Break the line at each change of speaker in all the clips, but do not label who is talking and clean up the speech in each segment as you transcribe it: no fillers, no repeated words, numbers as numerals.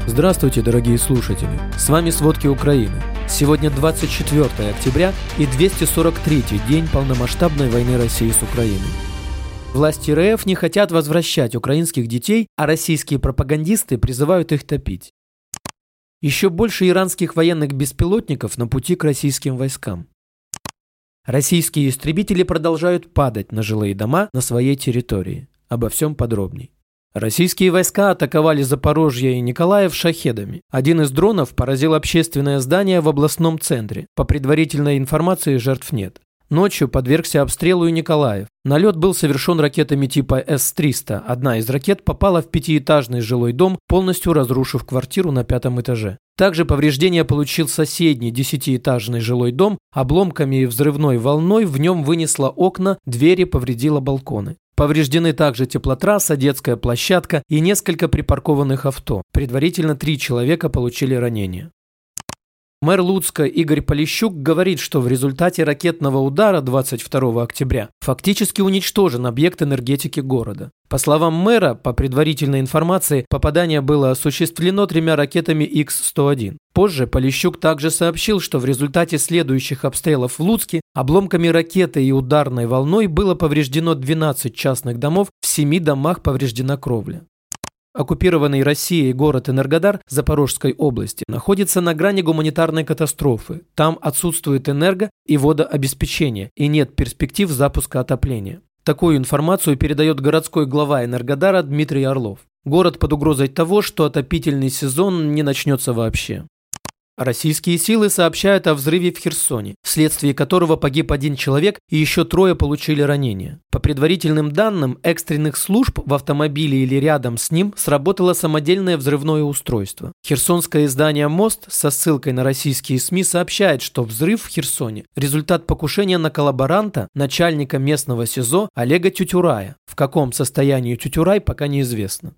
Здравствуйте, дорогие слушатели! С вами «Сводки Украины». Сегодня 24 октября и 243-й день полномасштабной войны России с Украиной. Власти РФ не хотят возвращать украинских детей, а российские пропагандисты призывают их топить. Еще больше иранских военных беспилотников на пути к российским войскам. Российские истребители продолжают падать на жилые дома на своей территории. Обо всем подробней. Российские войска атаковали Запорожье и Николаев шахедами. Один из дронов поразил общественное здание в областном центре. По предварительной информации, жертв нет. Ночью подвергся обстрелу и Николаев. Налет был совершен ракетами типа С-300. Одна из ракет попала в пятиэтажный жилой дом, полностью разрушив квартиру на 5-м этаже. Также повреждения получил соседний 10-этажный жилой дом. Обломками и взрывной волной в нем вынесло окна, двери, повредило балконы. Повреждены также теплотрасса, детская площадка и несколько припаркованных авто. Предварительно 3 человека получили ранения. Мэр Луцка Игорь Полищук говорит, что в результате ракетного удара 22 октября фактически уничтожен объект энергетики города. По словам мэра, по предварительной информации, попадание было осуществлено 3 ракетами Х-101. Позже Полищук также сообщил, что в результате следующих обстрелов в Луцке обломками ракеты и ударной волной было повреждено 12 частных домов, в 7 домах повреждена кровля. Оккупированный Россией город Энергодар Запорожской области находится на грани гуманитарной катастрофы. Там отсутствует энерго- и водообеспечение и нет перспектив запуска отопления. Такую информацию передает городской глава Энергодара Дмитрий Орлов. Город под угрозой того, что отопительный сезон не начнется вообще. Российские силы сообщают о взрыве в Херсоне, вследствие которого погиб 1 человек и еще 3 получили ранения. По предварительным данным экстренных служб, в автомобиле или рядом с ним сработало самодельное взрывное устройство. Херсонское издание «Мост» со ссылкой на российские СМИ сообщает, что взрыв в Херсоне – результат покушения на коллаборанта, начальника местного СИЗО Олега Тютюрая. В каком состоянии Тютюрай, пока неизвестно.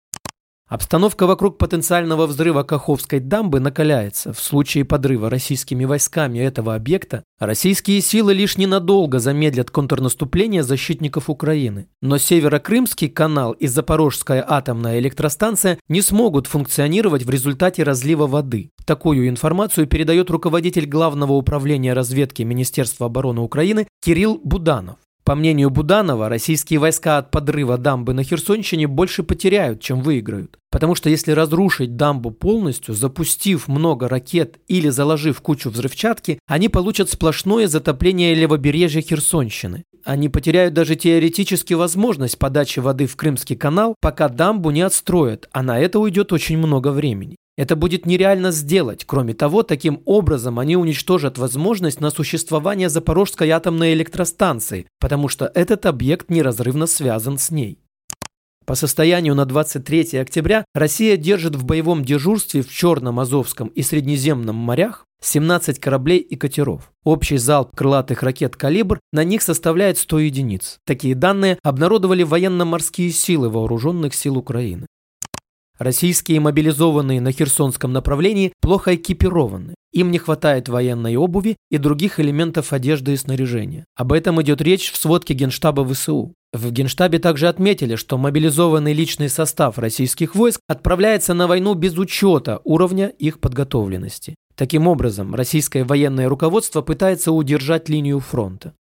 Обстановка вокруг потенциального взрыва Каховской дамбы накаляется. В случае подрыва российскими войсками этого объекта российские силы лишь ненадолго замедлят контрнаступление защитников Украины. Но Северокрымский канал и Запорожская атомная электростанция не смогут функционировать в результате разлива воды. Такую информацию передает руководитель Главного управления разведки Министерства обороны Украины Кирилл Буданов. По мнению Буданова, российские войска от подрыва дамбы на Херсонщине больше потеряют, чем выиграют. Потому что если разрушить дамбу полностью, запустив много ракет или заложив кучу взрывчатки, они получат сплошное затопление левобережья Херсонщины. Они потеряют даже теоретически возможность подачи воды в Крымский канал, пока дамбу не отстроят, а на это уйдет очень много времени. Это будет нереально сделать. Кроме того, таким образом они уничтожат возможность на существование Запорожской атомной электростанции, потому что этот объект неразрывно связан с ней. По состоянию на 23 октября Россия держит в боевом дежурстве в Черном, Азовском и Средиземном морях 17 кораблей и катеров. Общий залп крылатых ракет «Калибр» на них составляет 100 единиц. Такие данные обнародовали военно-морские силы Вооруженных сил Украины. Российские мобилизованные на Херсонском направлении плохо экипированы. Им не хватает военной обуви и других элементов одежды и снаряжения. Об этом идет речь в сводке Генштаба ВСУ. В Генштабе также отметили, что мобилизованный личный состав российских войск отправляется на войну без учета уровня их подготовленности. Таким образом, российское военное руководство пытается удержать линию фронта.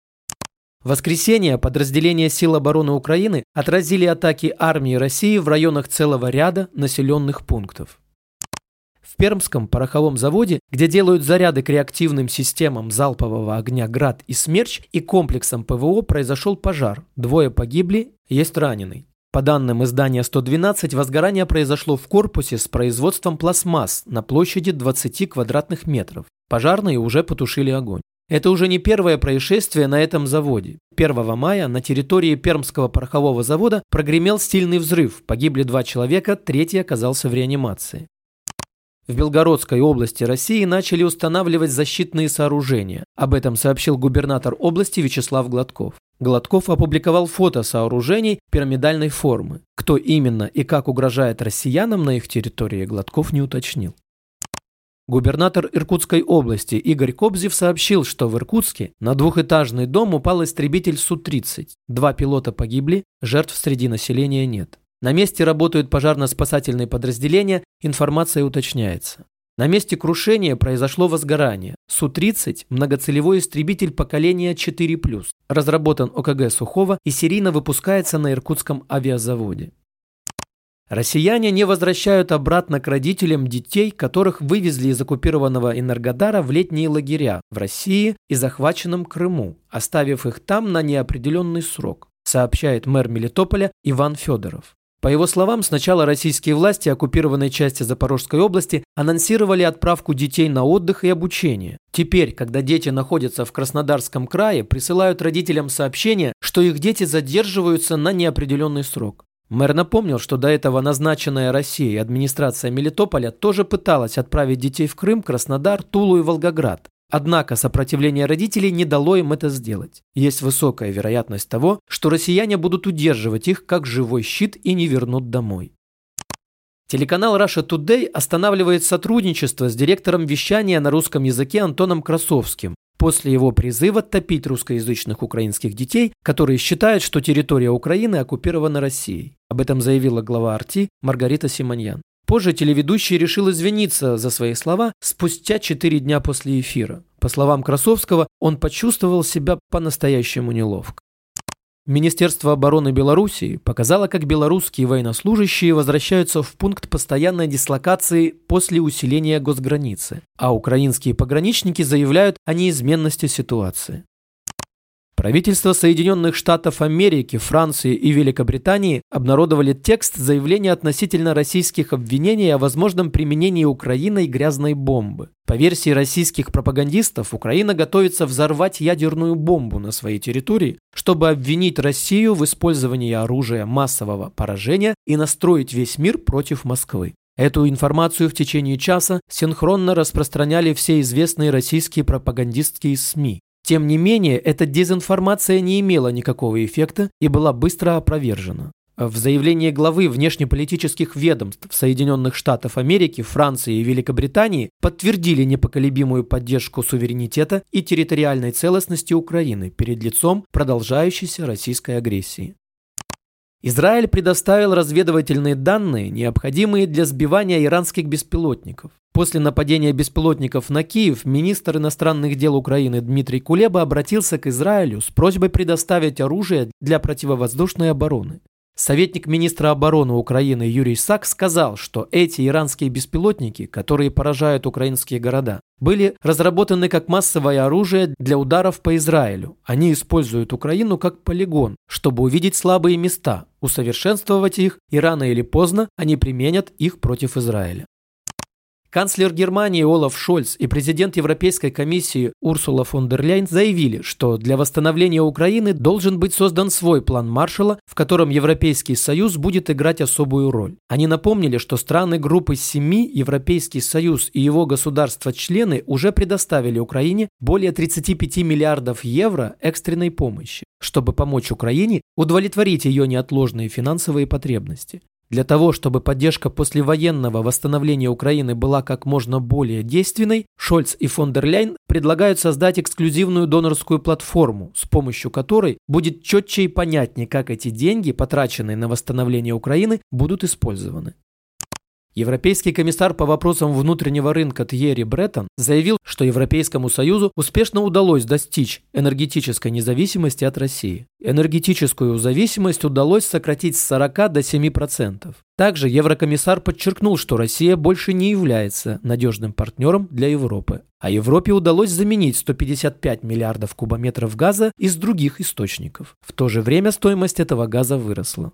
В воскресенье подразделения сил обороны Украины отразили атаки армии России в районах целого ряда населенных пунктов. В Пермском пороховом заводе, где делают заряды к реактивным системам залпового огня «Град» и «Смерч» и комплексом ПВО, произошел пожар. 2 погибли, есть раненый. По данным издания 112, возгорание произошло в корпусе с производством пластмасс на площади 20 квадратных метров. Пожарные уже потушили огонь. Это уже не первое происшествие на этом заводе. 1 мая на территории Пермского порохового завода прогремел сильный взрыв. Погибли 2 человека, 3 оказался в реанимации. В Белгородской области России начали устанавливать защитные сооружения. Об этом сообщил губернатор области Вячеслав Гладков. Гладков опубликовал фото сооружений пирамидальной формы. Кто именно и как угрожает россиянам на их территории, Гладков не уточнил. Губернатор Иркутской области Игорь Кобзев сообщил, что в Иркутске на двухэтажный дом упал истребитель Су-30. 2 пилота погибли, жертв среди населения нет. На месте работают пожарно-спасательные подразделения, информация уточняется. На месте крушения произошло возгорание. Су-30 – многоцелевой истребитель поколения 4+, разработан ОКГ Сухого и серийно выпускается на Иркутском авиазаводе. Россияне не возвращают обратно к родителям детей, которых вывезли из оккупированного Энергодара в летние лагеря в России и захваченном Крыму, оставив их там на неопределенный срок, сообщает мэр Мелитополя Иван Федоров. По его словам, сначала российские власти оккупированной части Запорожской области анонсировали отправку детей на отдых и обучение. Теперь, когда дети находятся в Краснодарском крае, присылают родителям сообщение, что их дети задерживаются на неопределенный срок. Мэр напомнил, что до этого назначенная Россией администрация Мелитополя тоже пыталась отправить детей в Крым, Краснодар, Тулу и Волгоград. Однако сопротивление родителей не дало им это сделать. Есть высокая вероятность того, что россияне будут удерживать их как живой щит и не вернут домой. Телеканал Russia Today останавливает сотрудничество с директором вещания на русском языке Антоном Красовским после его призыва топить русскоязычных украинских детей, которые считают, что территория Украины оккупирована Россией. Об этом заявила глава РТ Маргарита Симоньян. Позже телеведущий решил извиниться за свои слова спустя 4 дня после эфира. По словам Красовского, он почувствовал себя по-настоящему неловко. Министерство обороны Белоруссии показало, как белорусские военнослужащие возвращаются в пункт постоянной дислокации после усиления госграницы, а украинские пограничники заявляют о неизменности ситуации. Правительства Соединенных Штатов Америки, Франции и Великобритании обнародовали текст заявления относительно российских обвинений о возможном применении Украиной грязной бомбы. По версии российских пропагандистов, Украина готовится взорвать ядерную бомбу на своей территории, чтобы обвинить Россию в использовании оружия массового поражения и настроить весь мир против Москвы. Эту информацию в течение часа синхронно распространяли все известные российские пропагандистские СМИ. Тем не менее, эта дезинформация не имела никакого эффекта и была быстро опровержена. В заявлении главы внешнеполитических ведомств Соединенных Штатов Америки, Франции и Великобритании подтвердили непоколебимую поддержку суверенитета и территориальной целостности Украины перед лицом продолжающейся российской агрессии. Израиль предоставил разведывательные данные, необходимые для сбивания иранских беспилотников. После нападения беспилотников на Киев министр иностранных дел Украины Дмитрий Кулеба обратился к Израилю с просьбой предоставить оружие для противовоздушной обороны. Советник министра обороны Украины Юрий Сак сказал, что эти иранские беспилотники, которые поражают украинские города, были разработаны как массовое оружие для ударов по Израилю. Они используют Украину как полигон, чтобы увидеть слабые места, усовершенствовать их, и рано или поздно они применят их против Израиля. Канцлер Германии Олаф Шольц и президент Европейской комиссии Урсула фон дер Ляйен заявили, что для восстановления Украины должен быть создан свой план Маршалла, в котором Европейский Союз будет играть особую роль. Они напомнили, что страны группы 7, Европейский Союз и его государства-члены уже предоставили Украине более 35 миллиардов евро экстренной помощи, чтобы помочь Украине удовлетворить ее неотложные финансовые потребности. Для того, чтобы поддержка послевоенного восстановления Украины была как можно более действенной, Шольц и фон дер Ляйен предлагают создать эксклюзивную донорскую платформу, с помощью которой будет четче и понятнее, как эти деньги, потраченные на восстановление Украины, будут использованы. Европейский комиссар по вопросам внутреннего рынка Тьерри Бреттон заявил, что Европейскому Союзу успешно удалось достичь энергетической независимости от России. Энергетическую зависимость удалось сократить с 40 до 7%. Также еврокомиссар подчеркнул, что Россия больше не является надежным партнером для Европы, а Европе удалось заменить 155 миллиардов кубометров газа из других источников. В то же время стоимость этого газа выросла.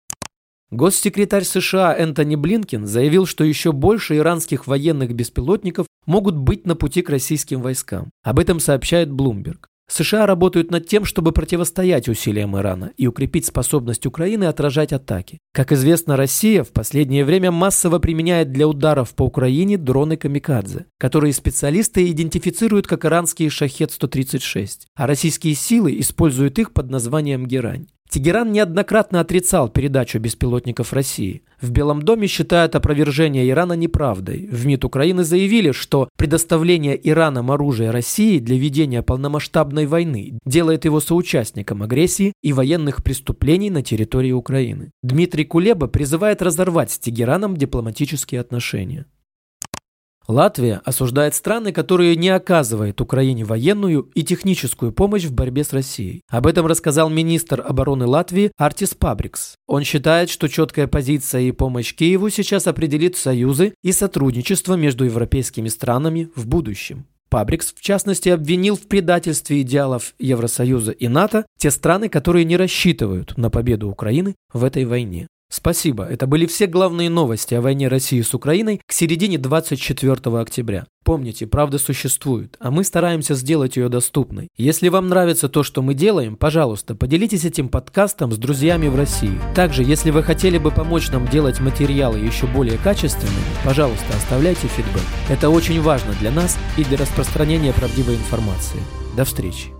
Госсекретарь США Энтони Блинкен заявил, что еще больше иранских военных беспилотников могут быть на пути к российским войскам. Об этом сообщает Bloomberg. США работают над тем, чтобы противостоять усилиям Ирана и укрепить способность Украины отражать атаки. Как известно, Россия в последнее время массово применяет для ударов по Украине дроны «Камикадзе», которые специалисты идентифицируют как иранские «Шахед-136», а российские силы используют их под названием «Герань». Тегеран неоднократно отрицал передачу беспилотников России. В Белом доме считают опровержение Ирана неправдой. В МИД Украины заявили, что предоставление Ираном оружия России для ведения полномасштабной войны делает его соучастником агрессии и военных преступлений на территории Украины. Дмитрий Кулеба призывает разорвать с Тегераном дипломатические отношения. Латвия осуждает страны, которые не оказывают Украине военную и техническую помощь в борьбе с Россией. Об этом рассказал министр обороны Латвии Артис Пабрикс. Он считает, что четкая позиция и помощь Киеву сейчас определит союзы и сотрудничество между европейскими странами в будущем. Пабрикс, в частности, обвинил в предательстве идеалов Евросоюза и НАТО те страны, которые не рассчитывают на победу Украины в этой войне. Спасибо. Это были все главные новости о войне России с Украиной к середине 24 октября. Помните, правда существует, а мы стараемся сделать ее доступной. Если вам нравится то, что мы делаем, пожалуйста, поделитесь этим подкастом с друзьями в России. Также, если вы хотели бы помочь нам делать материалы еще более качественными, пожалуйста, оставляйте фидбэк. Это очень важно для нас и для распространения правдивой информации. До встречи.